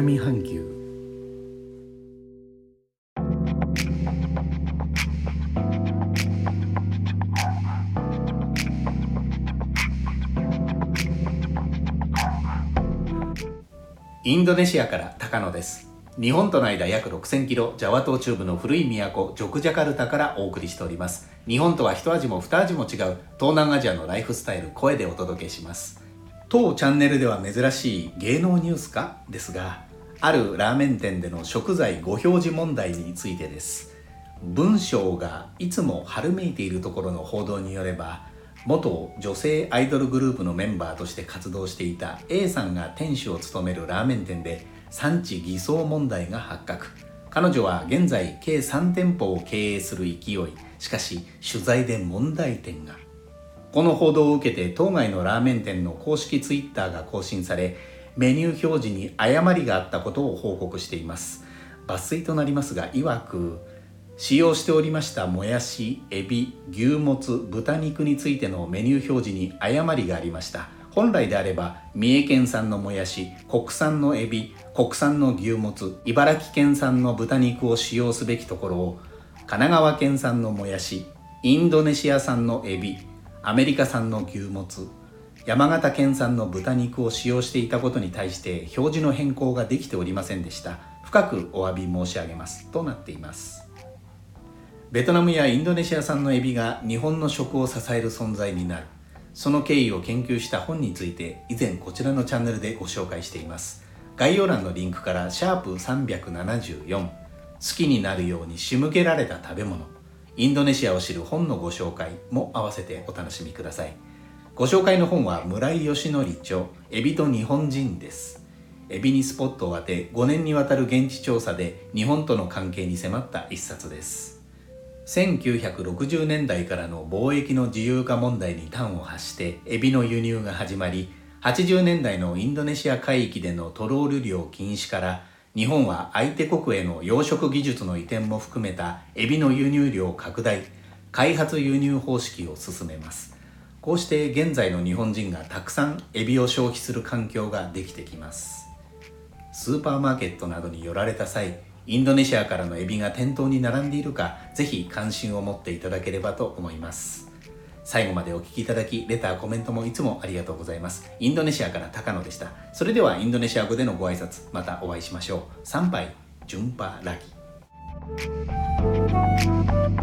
南半球。インドネシアから高野です。日本との間約6000キロ、ジャワ島中部の古い都ジョクジャカルタからお送りしております。日本とは一味も二味も違う東南アジアのライフスタイル、声でお届けします。当チャンネルでは珍しい芸能ニュースかですが、あるラーメン店での食材ご表示問題についてです。文章がいつも春めいているところの報道によれば、元女性アイドルグループのメンバーとして活動していた A さんが店主を務めるラーメン店で産地偽装問題が発覚。彼女は現在計3店舗を経営する勢い。しかし取材で問題点が。この報道を受けて当該のラーメン店の公式ツイッターが更新され、メニュー表示に誤りがあったことを報告しています。抜粋となりますが、曰く使用しておりましたもやし、エビ、牛もつ、豚肉についてのメニュー表示に誤りがありました。本来であれば三重県産のもやし、国産のエビ、国産の牛もつ、茨城県産の豚肉を使用すべきところを、神奈川県産のもやし、インドネシア産のエビ、アメリカ産の牛もつ、山形県産の豚肉を使用していたことに対して表示の変更ができておりませんでした。深くお詫び申し上げますとなっています。ベトナムやインドネシア産のエビが日本の食を支える存在になる。その経緯を研究した本について以前こちらのチャンネルでご紹介しています。概要欄のリンクから#374、好きになるように仕向けられた食べ物、インドネシアを知る本のご紹介も合わせてお楽しみください。ご紹介の本は村井義則著、エビと日本人です。エビにスポットを当て5年にわたる現地調査で日本との関係に迫った一冊です。1960年代からの貿易の自由化問題に端を発してエビの輸入が始まり、80年代のインドネシア海域でのトロール漁禁止から日本は相手国への養殖技術の移転も含めたエビの輸入量拡大、開発輸入方式を進めます。こうして現在の日本人がたくさんエビを消費する環境ができてきます。スーパーマーケットなどに寄られた際、インドネシアからのエビが店頭に並んでいるか、ぜひ関心を持っていただければと思います。最後までお聞きいただき、レター、コメントもいつもありがとうございます。インドネシアから高野でした。それではインドネシア語でのご挨拶、またお会いしましょう。参拝、ジュンパラギ。